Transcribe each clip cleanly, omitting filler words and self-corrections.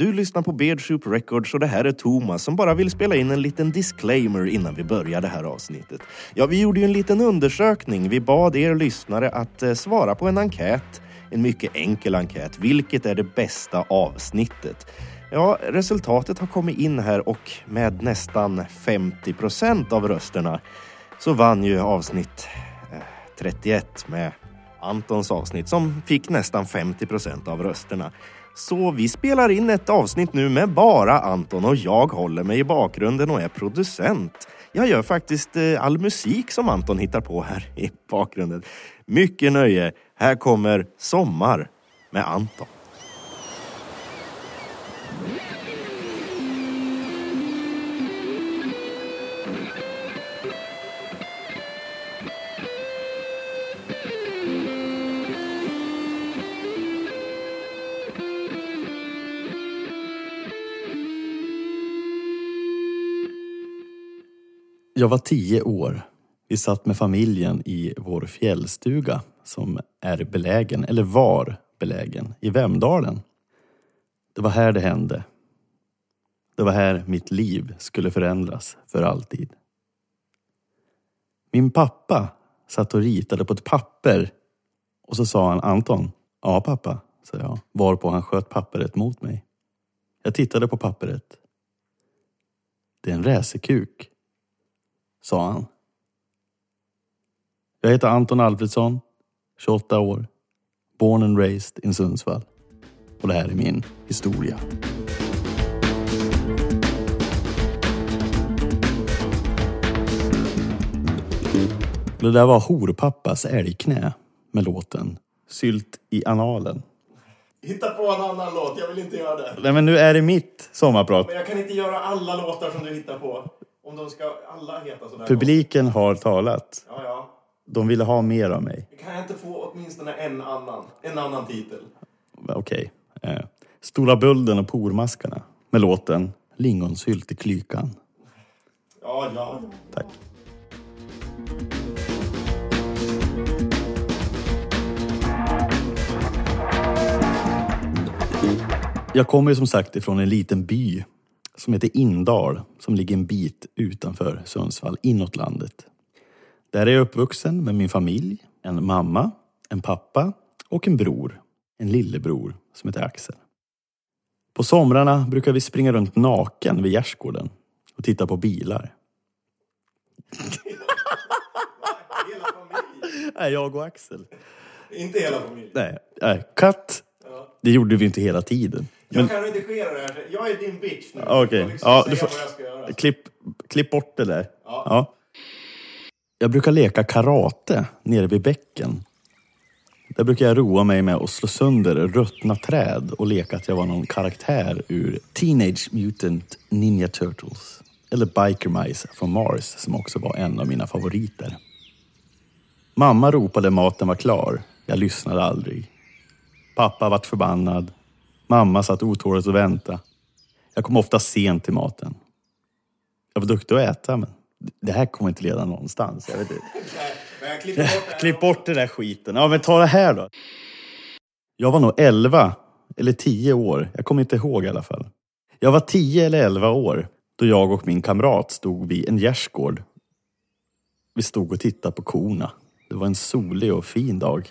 Du lyssnar på Beardsoup Records och det här är Thomas som bara vill spela in en liten disclaimer innan vi börjar det här avsnittet. Ja, vi gjorde ju en liten undersökning. Vi bad er lyssnare att svara på en enkät. En mycket enkel enkät. Vilket är det bästa avsnittet? Ja, resultatet har kommit in här och med nästan 50% av rösterna så vann ju avsnitt 31 med Antons avsnitt som fick nästan 50% av rösterna. Så vi spelar in ett avsnitt nu med bara Anton och jag håller mig i bakgrunden och är producent. Jag gör faktiskt all musik som Anton hittar på här i bakgrunden. Mycket nöje. Här kommer Sommar med Anton. Jag var 10 år. Vi satt med familjen i vår fjällstuga som är belägen, eller var belägen, i Vemdalen. Det var här det hände. Det var här mitt liv skulle förändras för alltid. Min pappa satt och ritade på ett papper och så sa han: Anton. Ja pappa, sa jag, varpå han sköt pappret mot mig. Jag tittade på pappret. Det är en räsekuk, sa han. Jag heter Anton Alfredsson, 28 år, born and raised in Sundsvall. Och det här är min historia. Det där var Horpappas älgknä med låten Sylt i analen. Hitta på en annan låt, jag vill inte göra det. Nej, men nu är det mitt sommarprat. Men jag kan inte göra alla låtar som du hittar på. Om de ska alla heta sådär. Publiken har talat. Ja. De ville ha mer av mig. Kan jag inte få åtminstone en annan titel? Okej. Stora bulden och pormaskarna med låten Lingonsylt i klykan. Ja. Tack. Jag kommer ju som sagt ifrån en liten by som heter Indal, som ligger en bit utanför Sundsvall, inåt landet. Där är jag uppvuxen med min familj, en mamma, en pappa och en bror, en lillebror som heter Axel. På somrarna brukar vi springa runt naken vid gärdsgården och titta på bilar. Hela familjen? Nej, jag och Axel. Inte hela familjen? Nej, katt. Ja. Det gjorde vi inte hela tiden. Jag kan redigera det här. Jag är din bitch nu. Okej. Ja, du får klipp bort det där. Ja. Jag brukar leka karate nere vid bäcken. Där brukar jag roa mig med att slå sönder ruttna träd och leka att jag var någon karaktär ur Teenage Mutant Ninja Turtles. Eller Biker Mice från Mars, som också var en av mina favoriter. Mamma ropade maten var klar. Jag lyssnade aldrig. Pappa vart förbannad. Mamma satt otåligt och väntade. Jag kom ofta sent till maten. Jag var duktig att äta, men det här kommer inte leda någonstans. Jag vet inte. Klipp bort det där skiten. Ja, men ta det här då. Jag var nog 11 eller 10 år. Jag kommer inte ihåg i alla fall. Jag var 10 eller 11 år då jag och min kamrat stod vid en gärdsgård. Vi stod och tittade på korna. Det var en solig och fin dag.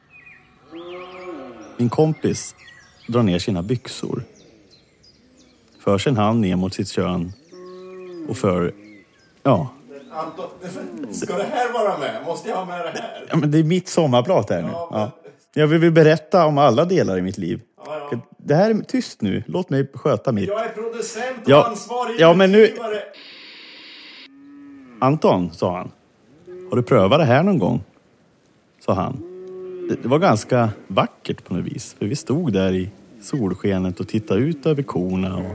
Min kompis drar ner sina byxor. För sin hand ner mot sitt kön. Och för... Ja. Anton, ska det här vara med? Måste jag ha med det här? Ja, men det är mitt sommarprat här nu. Ja. Jag vill berätta om alla delar i mitt liv. Ja. Det här är tyst nu. Låt mig sköta mitt. Jag är producent och ansvarig. Ja, men nu... Anton, sa han. Har du prövat det här någon gång? Sa han. Det var ganska vackert på något vis. För vi stod där i solskenet och tittade ut över korna. Och...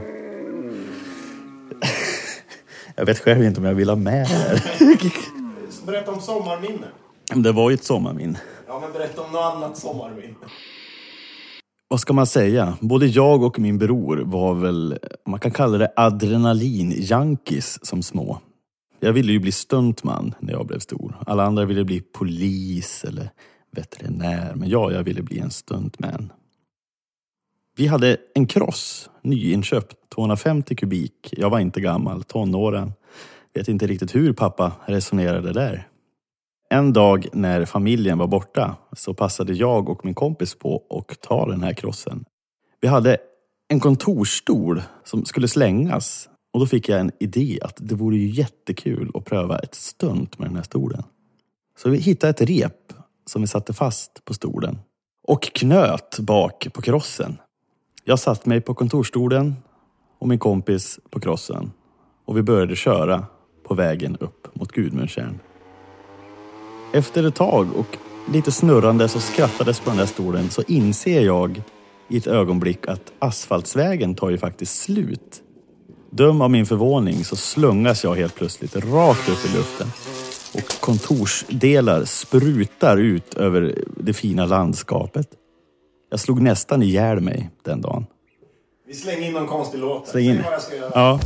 jag vet själv inte om jag vill ha med här. Berätta om sommarminne. Det var ju ett sommarminne. Ja, men berätta om något annat sommarminne. Vad ska man säga? Både jag och min bror var väl, man kan kalla det adrenalin-junkies som små. Jag ville ju bli stuntman när jag blev stor. Alla andra ville bli polis eller veterinär. Men jag ville bli en stuntman. Vi hade en kross, nyinköpt, 250 kubik. Jag var inte gammal, tonåren. Vet inte riktigt hur pappa resonerade där. En dag när familjen var borta så passade jag och min kompis på att ta den här krossen. Vi hade en kontorsstol som skulle slängas. Och då fick jag en idé att det vore ju jättekul att pröva ett stunt med den här stolen. Så vi hittade ett rep som vi satte fast på stolen. Och knöt bak på krossen. Jag satt mig på kontorsstolen och min kompis på krossen. Och vi började köra på vägen upp mot Gudmundstjärn. Efter ett tag och lite snurrande så skrattades på den där stolen så inser jag i ett ögonblick att asfaltsvägen tar ju faktiskt slut. Döm av min förvåning så slungas jag helt plötsligt rakt upp i luften. Och kontorsdelar sprutar ut över det fina landskapet. Jag slog nästan ihjäl mig den dagen. Vi slänger in någon konstig låt. Släng in. Säg vad jag ska göra. Ja.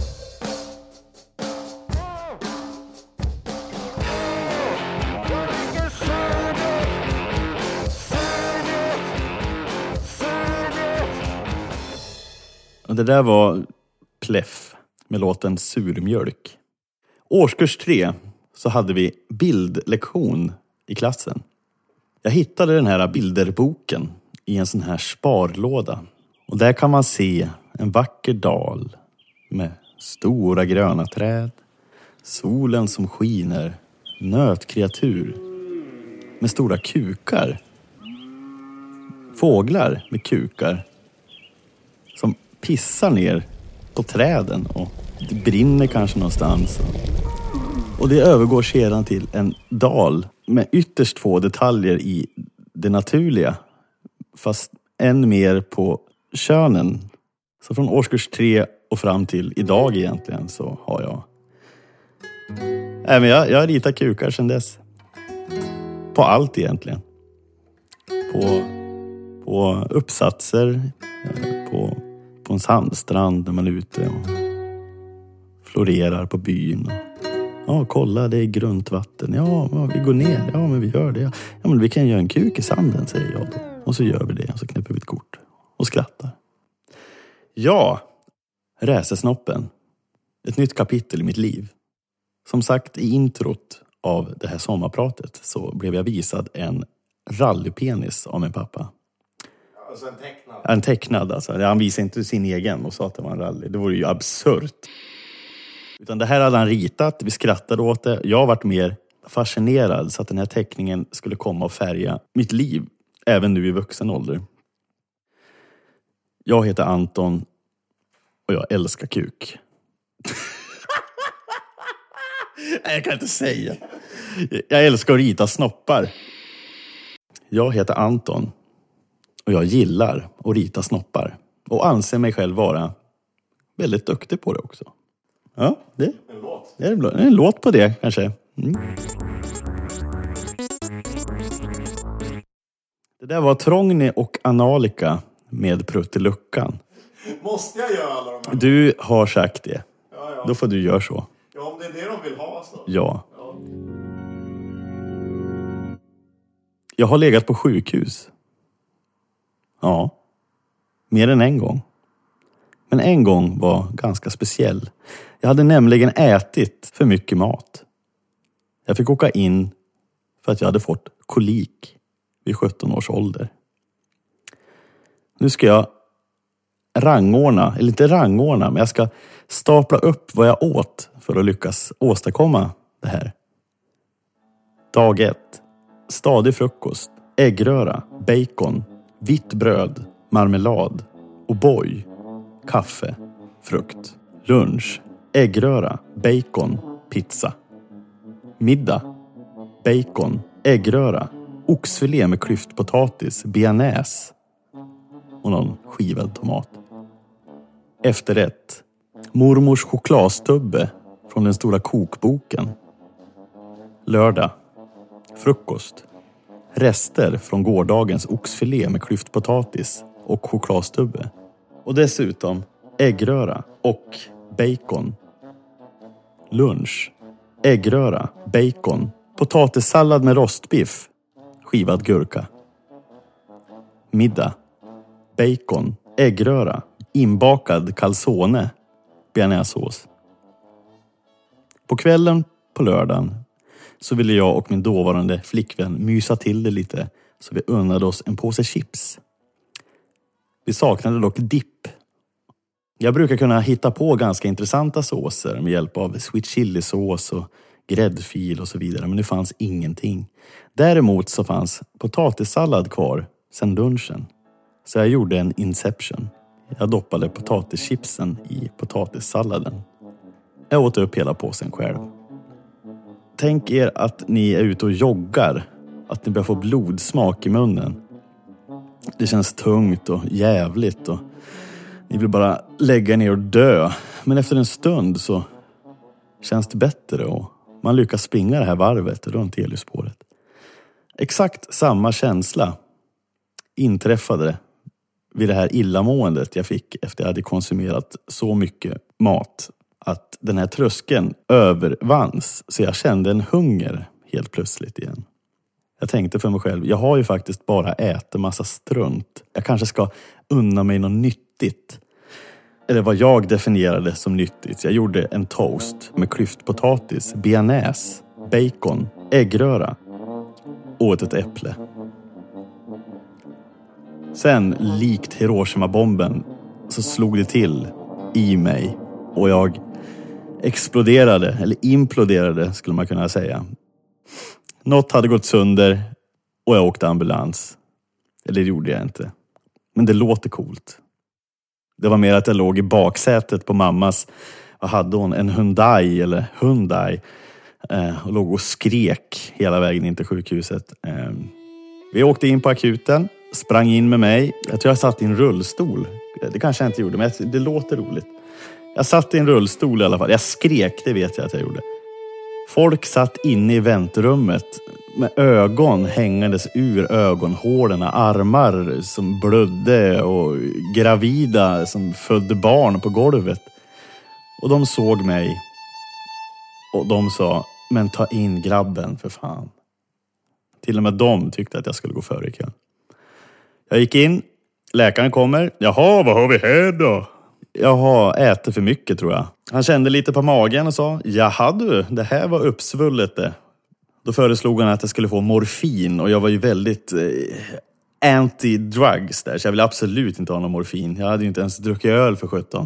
Och det där var Pleff med låten Surmjölk. Årskurs 3 så hade vi bildlektion i klassen. Jag hittade den här bilderboken i en sån här sparlåda. Och där kan man se en vacker dal med stora gröna träd, solen som skiner, nötkreatur med stora kukar, fåglar med kukar som pissar ner på träden och det brinner kanske någonstans. Och det övergår sedan till en dal med ytterst få detaljer i det naturliga. Fast än mer på könen. Så från årskurs 3 och fram till idag egentligen så har jag... Jag har ritat kukar sedan dess. På allt egentligen. På uppsatser. På en sandstrand när man är ute och florerar på byn. Ja, kolla, det är grunt vatten. Ja, vi går ner. Ja, men vi gör det. Ja, men vi kan göra en kuk i sanden, säger jag då. Och så gör vi det. Och så knäpper vi ett kort. Och skrattar. Ja, räsesnoppen. Ett nytt kapitel i mitt liv. Som sagt, i introt av det här sommarpratet så blev jag visad en rallypenis av min pappa. Alltså en tecknad? En tecknad, alltså. Han visade inte sin egen och sa att det var en rally. Det vore ju absurt. Utan det här hade han ritat, vi skrattade åt det. Jag har varit mer fascinerad så att den här teckningen skulle komma och färga mitt liv. Även nu i vuxen ålder. Jag heter Anton och jag älskar kuk. Nej, jag kan inte säga. Jag älskar att rita snoppar. Jag heter Anton och jag gillar att rita snoppar. Och anser mig själv vara väldigt duktig på det också. Ja, det är en låt på det kanske. Mm. Det där var Trångny och Analika med Prutteluckan. Måste jag göra alla de här? Du har sagt det. Ja. Då får du göra så. Ja, om det är det de vill ha så. Ja. Jag har legat på sjukhus. Ja. Mer än en gång. Men en gång var ganska speciell. Jag hade nämligen ätit för mycket mat. Jag fick åka in för att jag hade fått kolik vid 17 års ålder. Nu ska jag rangordna, eller inte rangordna, men jag ska stapla upp vad jag åt för att lyckas åstadkomma det här. Dag 1. Stadig frukost, äggröra, bacon, vitt bröd, marmelad, O'boy, kaffe, frukt. Lunch, äggröra, bacon, pizza. Middag, bacon, äggröra, oxfilé med klyftpotatis, bearnaise och någon skivad tomat. Efterrätt, mormors chokladstubbe från den stora kokboken. Lördag, frukost, rester från gårdagens oxfilé med klyftpotatis och chokladstubbe. Och dessutom äggröra och bacon. Lunch, äggröra, bacon, potatissallad med rostbiff, skivad gurka. Middag, bacon, äggröra, inbakad calzone, bearnaisesås. På kvällen på lördagen så ville jag och min dåvarande flickvän mysa till det lite, så vi unnade oss en påse chips. Vi saknade dock dipp. Jag brukar kunna hitta på ganska intressanta såser med hjälp av sweet chili-sås och gräddfil och så vidare, men det fanns ingenting. Däremot så fanns potatissallad kvar sedan lunchen. Så jag gjorde en inception. Jag doppade potatischipsen i potatissalladen. Jag åt upp hela påsen själv. Tänk er att ni är ute och joggar. Att ni börjar få blodsmak i munnen. Det känns tungt och jävligt och ni vill bara lägga ner och dö. Men efter en stund så känns det bättre och man lyckas springa det här varvet runt Heliosspåret. Exakt samma känsla inträffade vid det här illamåendet jag fick efter jag hade konsumerat så mycket mat att den här tröskeln övervanns, så jag kände en hunger helt plötsligt igen. Jag tänkte för mig själv, jag har ju faktiskt bara ätit massa strunt. Jag kanske ska unna mig något nyttigt. Eller vad jag definierade som nyttigt. Så jag gjorde en toast med klyftpotatis, bearnaise, bacon, äggröra och åt ett äpple. Sen, likt Hiroshima-bomben, så slog det till i mig och jag exploderade, eller imploderade skulle man kunna säga. Något hade gått sönder och jag åkte ambulans. Eller det gjorde jag inte. Men det låter coolt. Det var mer att jag låg i baksätet på mammas, vad hade hon, en Hyundai och låg och skrek hela vägen in till sjukhuset. Vi åkte in på akuten, sprang in med mig. Jag tror jag satt i en rullstol. Det kanske jag inte gjorde, men det låter roligt. Jag satt i en rullstol i alla fall. Jag skrek, det vet jag att jag gjorde. Folk satt inne i väntrummet med ögon hängandes ur ögonhålorna, armar som blödde och gravida som födde barn på golvet. Och de såg mig och de sa, men ta in grabben för fan. Till och med de tyckte att jag skulle gå före i kön. Jag gick in, läkaren kommer. Jaha, vad har vi här då? Jag har ätit för mycket tror jag. Han kände lite på magen och sa, jaha du, det här var uppsvullet det. Då föreslog han att jag skulle få morfin och jag var ju väldigt anti-drugs där. Så jag ville absolut inte ha någon morfin. Jag hade ju inte ens druckit öl för 17.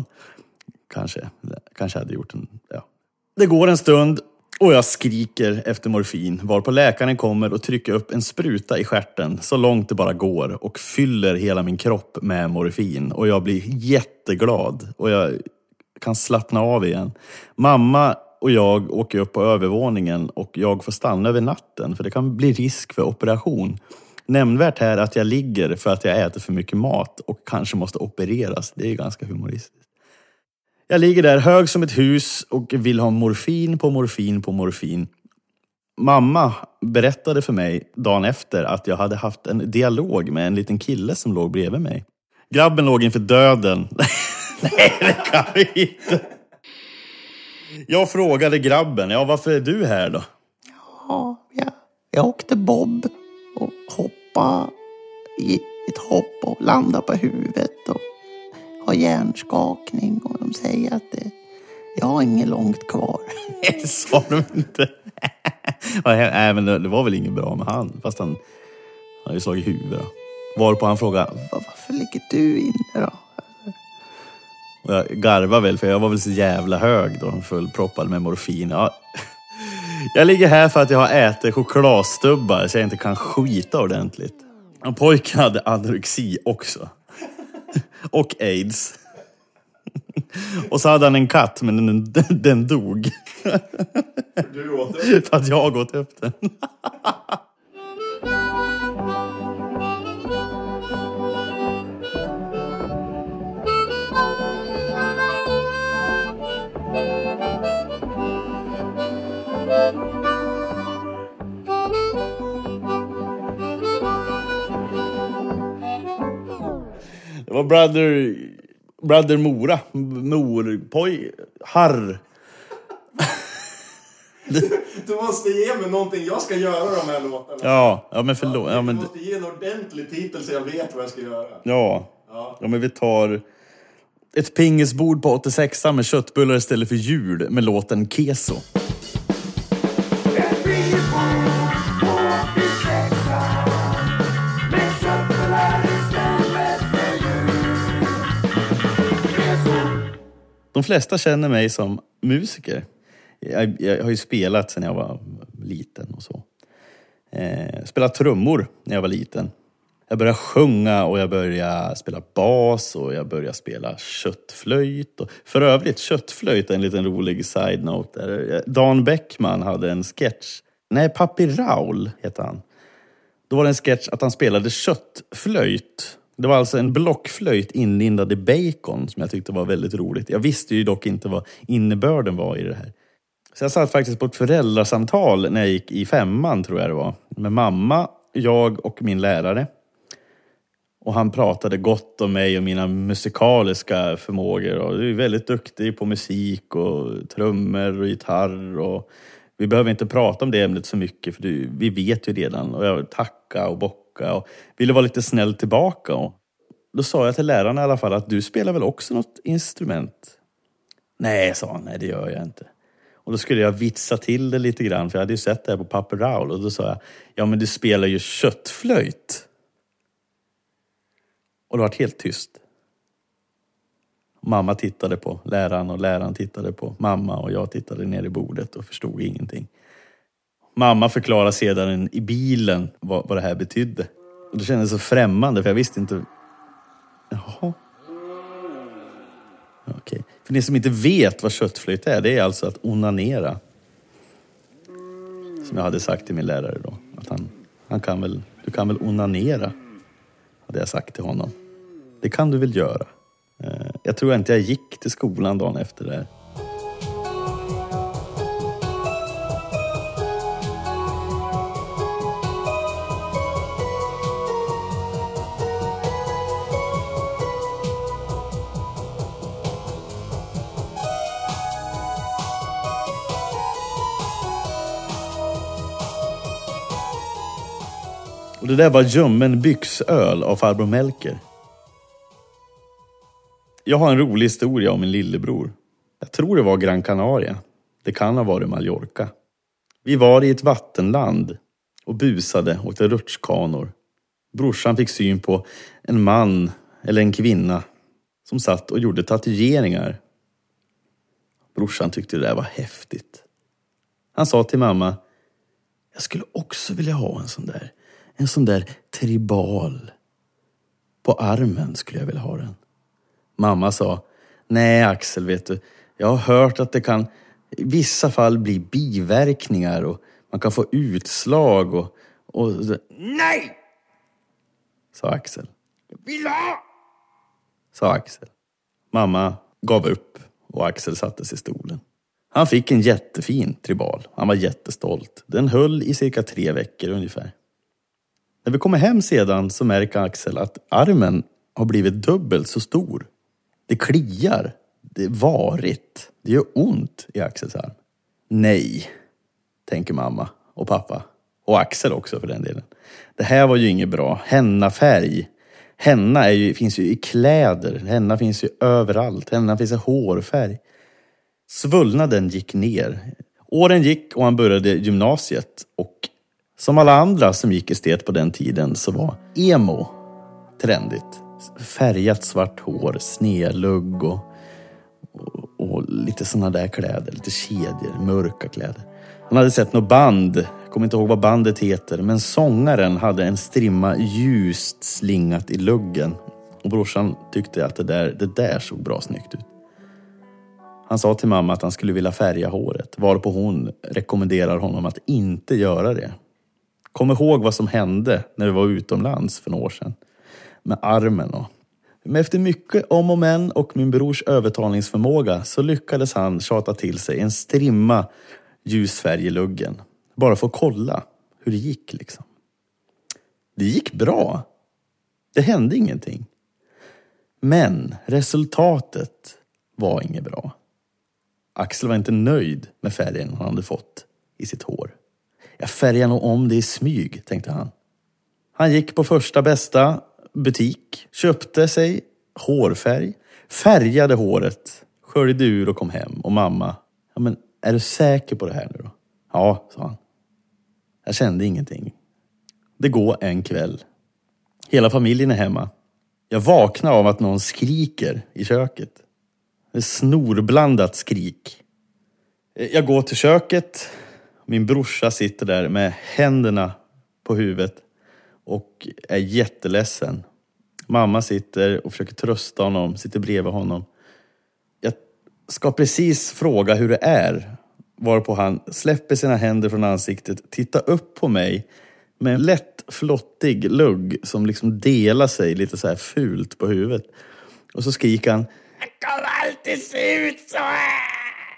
Kanske hade gjort en, ja. Det går en stund och jag skriker efter morfin. Varpå läkaren kommer och trycker upp en spruta i stjärten så långt det bara går och fyller hela min kropp med morfin. Och jag blir jätteglad och jag kan slappna av igen. Mamma och jag åker upp på övervåningen och jag får stanna över natten för det kan bli risk för operation. Nämnvärt här att jag ligger för att jag äter för mycket mat och kanske måste opereras. Det är ganska humoristiskt. Jag ligger där hög som ett hus och vill ha morfin på morfin på morfin. Mamma berättade för mig dagen efter att jag hade haft en dialog med en liten kille som låg bredvid mig. Grabben låg inför döden. Nej, det kan vi inte. Jag frågade grabben, ja varför är du här då? Ja, jag åkte bob och hoppade i ett hopp och landade på huvudet och har hjärnskakning och de säger att jag har inget långt kvar. Det sa de inte. Nej, men det var väl inget bra med han, fast han hade ju slagit huvudet. Varpå han frågade, varför ligger du inne då? Och jag garvar väl för jag var väl så jävla hög då, fullproppad med morfin. Ja. Jag ligger här för att jag har ätit chokladstubbar så jag inte kan skita ordentligt. Och pojken hade anorexi också. Och AIDS. Och så hade han en katt men den dog. Du åt upp? För att jag åt upp den. Det var Brother Mora. Harr. Du måste ge mig någonting. Jag ska göra de här låtarna. Ja men förlåt. Ja, men... Du måste ge en ordentlig titel så jag vet vad jag ska göra. Ja. Ja, men vi tar ett pingisbord på 86 med köttbullar istället för jul med låten Keso. De flesta känner mig som musiker. Jag har ju spelat sedan jag var liten och så. Spelat trummor när jag var liten. Jag började sjunga och jag började spela bas och jag började spela köttflöjt. Och för övrigt, köttflöjt är en liten rolig side-note där. Dan Bäckman hade en sketch. Nej, Papi Raul heter han. Då var det en sketch att han spelade köttflöjt. Det var alltså en blockflöjt inlindad i bacon som jag tyckte var väldigt roligt. Jag visste ju dock inte vad innebörden var i det här. Så jag satt faktiskt på ett föräldrasamtal när jag gick i 5:an, tror jag det var. Med mamma, jag och min lärare. Och han pratade gott om mig och mina musikaliska förmågor. Och du är väldigt duktig på musik och trummor och gitarr. Och vi behöver inte prata om det ämnet så mycket för vi vet ju redan. Och jag tackade och bockade och ville vara lite snäll tillbaka. Och då sa jag till läraren i alla fall att du spelar väl också något instrument? Nej, sa han, nej det gör jag inte. Och då skulle jag vitsa till det lite grann för jag hade ju sett det här på Papi Raul. Och då sa jag, ja men du spelar ju köttflöjt. Och det var helt tyst. Mamma tittade på läraren och läraren tittade på mamma och jag tittade ner i bordet och förstod ingenting. Mamma förklarade sedan i bilen vad det här betydde. Och det kändes så främmande för jag visste inte. Jaha. Okej. För ni som inte vet vad köttflöjt är, det är alltså att onanera. Som jag hade sagt till min lärare då. Att du kan väl onanera. Hade jag sagt till honom. Det kan du väl göra. Jag tror inte jag gick till skolan dagen efter det här. Och det där var ljummen byxöl av farbror Melker. Jag har en rolig historia om min lillebror. Jag tror det var Gran Canaria. Det kan ha varit Mallorca. Vi var i ett vattenland och busade och åkte rutschkanor. Brorsan fick syn på en man eller en kvinna som satt och gjorde tatueringar. Brorsan tyckte det där var häftigt. Han sa till mamma, jag skulle också vilja ha en sån där tribal. På armen skulle jag vilja ha den. Mamma sa, nej Axel vet du, jag har hört att det kan i vissa fall bli biverkningar och man kan få utslag och nej! Sa Axel. Jag vill ha! Sa Axel. Mamma gav upp och Axel satte sig i stolen. Han fick en jättefin tribal. Han var jättestolt. Den höll i cirka 3 veckor ungefär. När vi kommer hem sedan så märker Axel att armen har blivit dubbelt så stor. Det kliar. Det är varigt. Det gör ont i Axels arm. Nej, tänker mamma och pappa. Och Axel också för den delen. Det här var ju inget bra. Hennafärg. Henna finns ju i kläder. Henna finns ju överallt. Henna finns i hårfärg. Svullnaden gick ner. Åren gick och han började gymnasiet. Och som alla andra som gick estet på den tiden så var emo trendigt. Färgat svart hår, snedlugg och lite såna där kläder. Lite kedjor, mörka kläder. Han hade sett något band, jag kommer inte ihåg vad bandet heter. Men sångaren hade en strimma ljust slingat i luggen. Och brorsan tyckte att det där såg bra snyggt ut. Han sa till mamma att han skulle vilja färga håret. Varpå hon rekommenderar honom att inte göra det. Kom ihåg vad som hände när vi var utomlands för några år sedan. Med armen och... Men efter mycket om och men och min brors övertalningsförmåga så lyckades han tjata till sig en strimma ljusfärg i luggen. Bara för att kolla hur det gick liksom. Det gick bra. Det hände ingenting. Men resultatet var inget bra. Axel var inte nöjd med färgen han hade fått i sitt hår. Jag färgar nog om det i smyg, tänkte han. Han gick på första bästa butik, köpte sig hårfärg, färgade håret, sköljde ur och kom hem. Och mamma, ja men är du säker på det här nu då? Ja, sa han. Jag kände ingenting. Det går en kväll. Hela familjen är hemma. Jag vaknar av att någon skriker i köket. Det är snorblandat skrik. Jag går till köket. Min brorsa sitter där med händerna på huvudet och är jätteledsen. Mamma sitter och försöker trösta honom, sitter bredvid honom. Jag ska precis fråga hur det är, varpå han släpper sina händer från ansiktet, tittar upp på mig med en lätt flottig lugg som liksom delar sig lite så här fult på huvudet. Och så skriker han: jag kommer alltid se ut så här.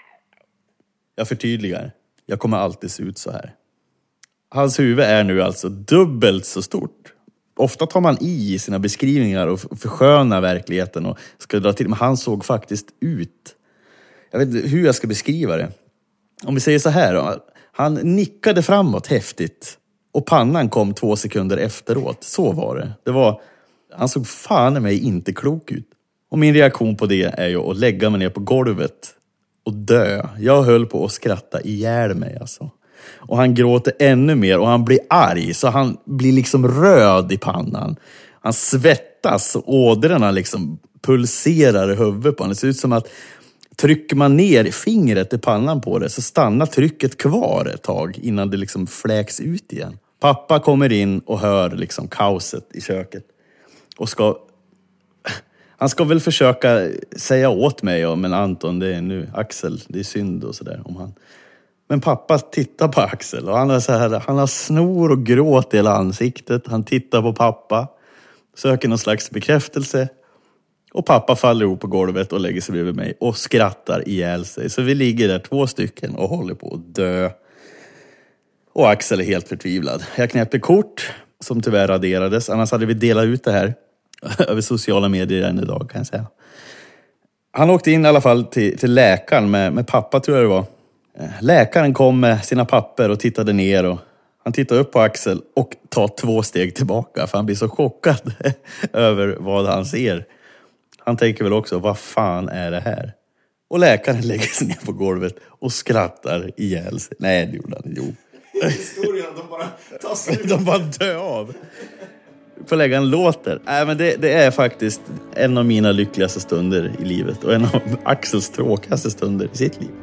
Jag förtydligar: jag kommer alltid se ut så här. Hans huvud är nu alltså dubbelt så stort. Ofta tar man i sina beskrivningar och förskönar verkligheten och ska dra till. Men han såg faktiskt ut. Jag vet inte hur jag ska beskriva det. Om vi säger så här då. Han nickade framåt häftigt. Och pannan kom 2 sekunder efteråt. Så var det. Han såg fan i mig inte klok ut. Och min reaktion på det är ju att lägga mig ner på golvet och dö. Jag höll på att skratta ihjäl mig alltså. Och han gråter ännu mer och han blir arg. Så han blir liksom röd i pannan. Han svettas och ådrorna liksom pulserar i huvudet på honom. Det ser ut som att trycker man ner fingret i pannan på det så stannar trycket kvar ett tag innan det liksom fläks ut igen. Pappa kommer in och hör liksom kaoset i köket. Och han ska väl försöka säga åt mig, men Anton, det är nu Axel, det är synd och sådär om han. Men pappa tittar på Axel och han har snor och gråt i hela ansiktet. Han tittar på pappa, söker någon slags bekräftelse. Och pappa faller ihop på golvet och lägger sig bredvid mig och skrattar ihjäl sig. Så vi ligger där 2 stycken och håller på att dö. Och Axel är helt förtvivlad. Jag knäpper kort som tyvärr raderades. Annars hade vi delat ut det här över sociala medier än idag, kan jag säga. Han åkte in i alla fall till läkaren med pappa, tror jag det var. Läkaren kom med sina papper och tittade ner och han tittar upp på Axel och tar 2 steg tillbaka för han blir så chockad över vad han ser. Han tänker väl också, vad fan är det här? Och läkaren lägger sig ner på golvet och skrattar ihjäl sig. Nej, det gjorde han. Jo. Historien, de bara tar slut. De bara dör av. Får lägga en låt där. Nej, men det är faktiskt en av mina lyckligaste stunder i livet. Och en av Axels tråkigaste stunder i sitt liv.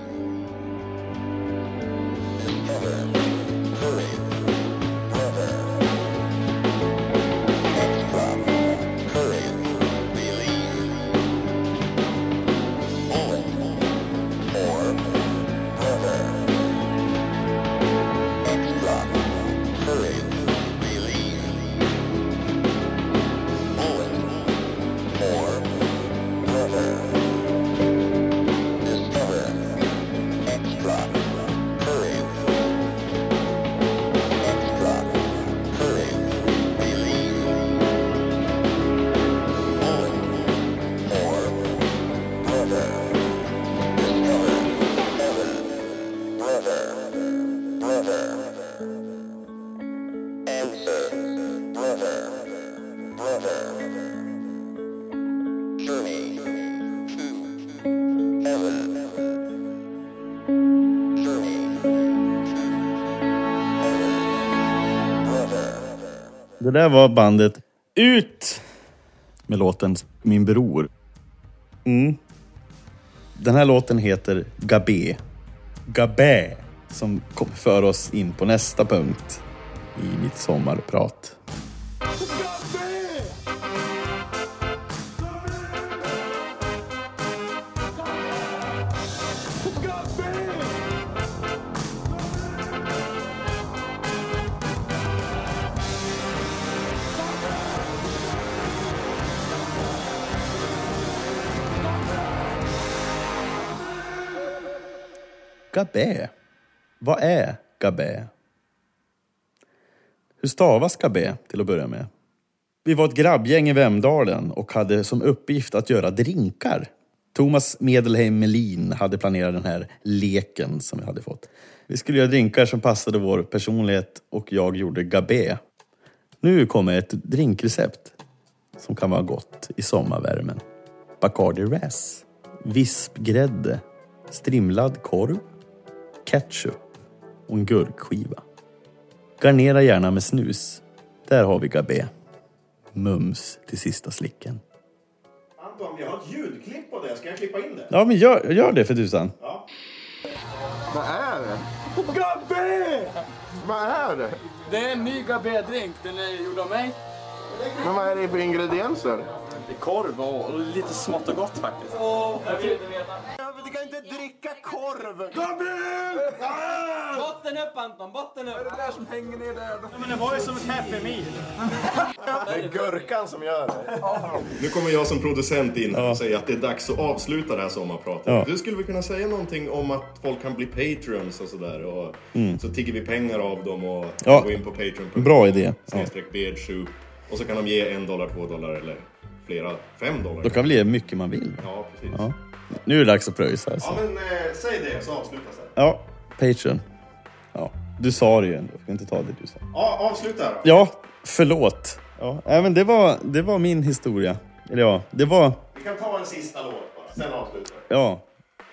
Det där var bandet Ut med låten Min bror. Den här låten heter Gabé. Gabé, som kommer för oss in på nästa punkt i mitt sommarprat. Gabé. Vad är gabé? Hur stavas gabé till att börja med? Vi var ett grabbgäng i Vemdalen och hade som uppgift att göra drinkar. Thomas Medelheim Melin hade planerat den här leken som vi hade fått. Vi skulle göra drinkar som passade vår personlighet och jag gjorde gabé. Nu kommer ett drinkrecept. som kan vara gott i sommarvärmen. Bacardi Ras, vispgrädde, strimlad korv, ketchup och en gurkskiva. Garnera gärna med snus. Där har vi gabé. Mums till sista slicken. Anton, jag har ett ljudklipp på det. Ska jag klippa in det? Ja, men gör det för tusan. Ja. Vad är det? Gabé! Vad är det? Det är en ny gabé-drink. Den är gjord av mig. Men vad är det för ingredienser? Det är korv och lite smått och gott faktiskt. Du kan inte dricka korv! Botten upp Anton, botten upp! Vad är det där som hänger ner där? Ja, men det var ju som ett Happy Meal. Det är gurkan som gör det. Nu kommer jag som producent in och säger att det är dags att avsluta det här sommarpratet. Ja. Du skulle väl kunna säga någonting om att folk kan bli Patreons och sådär. Och så tigger vi pengar av dem och gå in på Patreon. Bra idé. /beardsoup. Och så kan de ge $1, $2 eller flera $5. Då kan vi ge mycket man vill. Ja, precis. Ja. Nu är det dags att pröjsa alltså. Ja, men säg det så avslutas det. Ja, Patreon. Ja, du sa det ju ändå. Jag ska inte ta det du sa. Ja, avsluta då. Ja, förlåt. Ja, men det var min historia. Eller ja, det var... Vi kan ta en sista låt bara, sen avslutar vi. Ja.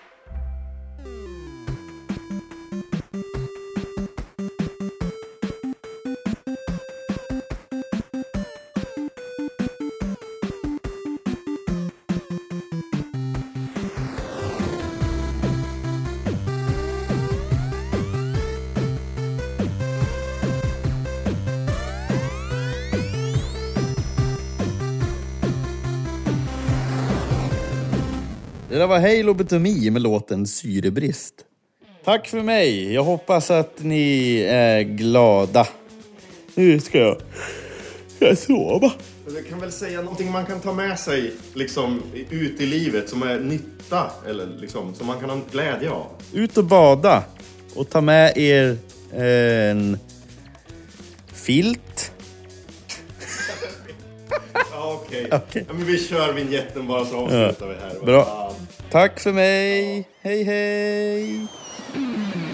Det där var Hej Lobotomi med låten Syrebrist. Tack för mig. Jag hoppas att ni är glada. Nu ska jag sova. Du kan väl säga någonting man kan ta med sig liksom ut i livet som är nytta eller liksom som man kan ha glädje av. Ut och bada och ta med er en filt. Ja, okej. Okej. Ja, men vi kör vignetten bara så avslutar vi här. Bra. Tack för mig. Hej hej.